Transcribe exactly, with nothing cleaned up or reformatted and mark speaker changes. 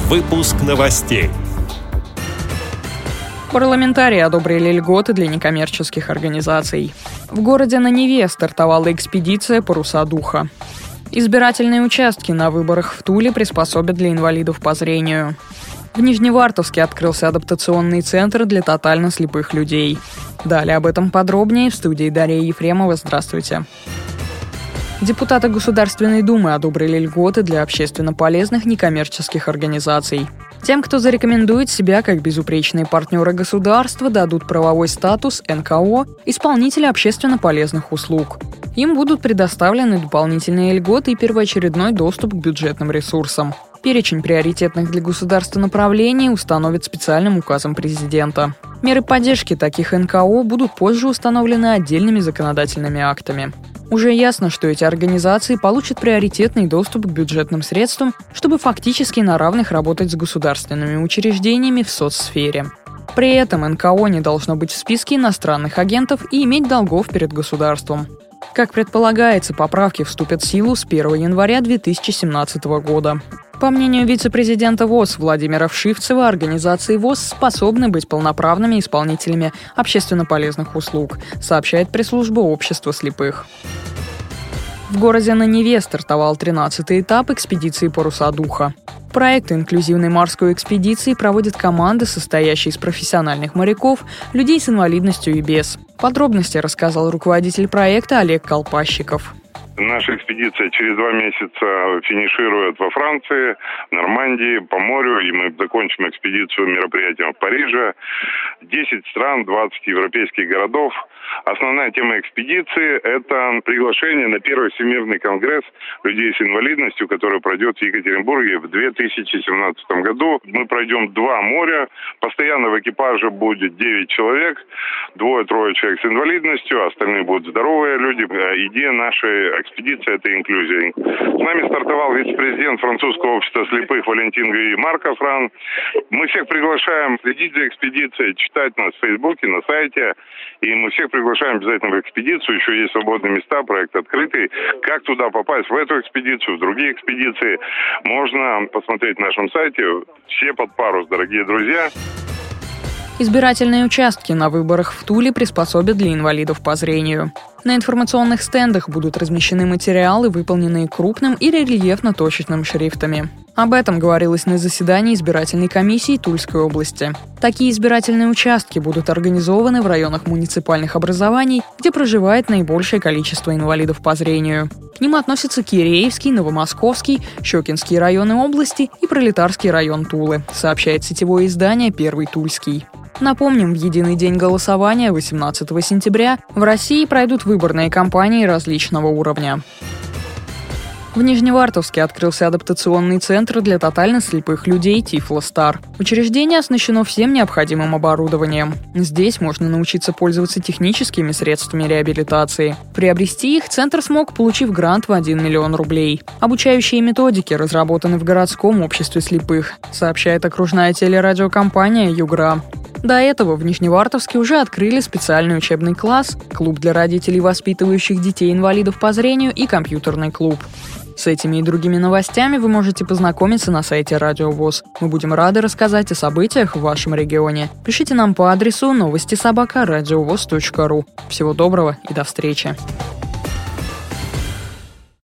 Speaker 1: Выпуск новостей.
Speaker 2: Парламентарии одобрили льготы для некоммерческих организаций. В городе на Неве стартовала экспедиция «Паруса духа». Избирательные участки на выборах в Туле приспособят для инвалидов по зрению. В Нижневартовске открылся адаптационный центр для тотально слепых людей. Далее об этом подробнее в студии Дарья Ефремова. Здравствуйте. Депутаты Государственной Думы одобрили льготы для общественно полезных некоммерческих организаций. Тем, кто зарекомендует себя как безупречные партнеры государства, дадут правовой статус эн ка о исполнителя общественно полезных услуг. Им будут предоставлены дополнительные льготы и первоочередной доступ к бюджетным ресурсам. Перечень приоритетных для государства направлений установят специальным указом президента. Меры поддержки таких эн ка о будут позже установлены отдельными законодательными актами. Уже ясно, что эти организации получат приоритетный доступ к бюджетным средствам, чтобы фактически на равных работать с государственными учреждениями в соцсфере. При этом эн ка о не должно быть в списке иностранных агентов и иметь долгов перед государством. Как предполагается, поправки вступят в силу с первого января две тысячи семнадцатого года. По мнению вице-президента ВОС Владимира Вшивцева, организации ВОС способны быть полноправными исполнителями общественно полезных услуг, сообщает пресс-служба общества слепых. В городе на Неве стартовал тринадцатый этап экспедиции «Паруса духа». Проект инклюзивной морской экспедиции проводит команда, состоящая из профессиональных моряков, людей с инвалидностью и без. Подробности рассказал руководитель проекта Олег Колпащиков.
Speaker 3: Наша экспедиция через два месяца финиширует во Франции, в Нормандии, по морю, и мы закончим экспедицию мероприятием в Париже. десять стран, двадцать европейских городов. Основная тема экспедиции – это приглашение на первый Всемирный конгресс людей с инвалидностью, который пройдет в Екатеринбурге в две тысячи семнадцатом году. Мы пройдем два моря, постоянно в экипаже будет девять человек, двое-трое человек с инвалидностью, остальные будут здоровые люди. Идея нашей экспедиции – это инклюзия. С нами стартовал вице-президент французского общества слепых Валентин Гюи Марко-Фран. Мы всех приглашаем следить за экспедицией, читать нас в Фейсбуке, на сайте, и мы всех приглашаем обязательно в экспедицию. Еще есть свободные места, проект открытый. Как туда попасть, в эту экспедицию, в другие экспедиции, можно посмотреть на нашем сайте. Все под парус, дорогие друзья.
Speaker 2: Избирательные участки на выборах в Туле приспособят для инвалидов по зрению. На информационных стендах будут размещены материалы, выполненные крупным и рельефно-точечным шрифтами. Об этом говорилось на заседании избирательной комиссии Тульской области. Такие избирательные участки будут организованы в районах муниципальных образований, где проживает наибольшее количество инвалидов по зрению. К ним относятся Киреевский, Новомосковский, Щекинский районы области и Пролетарский район Тулы, сообщает сетевое издание «Первый Тульский». Напомним, в единый день голосования, восемнадцатого сентября, в России пройдут выборные кампании различного уровня. В Нижневартовске открылся адаптационный центр для тотально слепых людей «Тифлостар». Учреждение оснащено всем необходимым оборудованием. Здесь можно научиться пользоваться техническими средствами реабилитации. Приобрести их центр смог, получив грант в один миллион рублей. Обучающие методики разработаны в городском обществе слепых, сообщает окружная телерадиокомпания «Югра». До этого в Нижневартовске уже открыли специальный учебный класс, клуб для родителей, воспитывающих детей-инвалидов по зрению, и компьютерный клуб. С этими и другими новостями вы можете познакомиться на сайте Радио ВОС. Мы будем рады рассказать о событиях в вашем регионе. Пишите нам по адресу новости собака радиовос точка ру. Всего доброго и до встречи.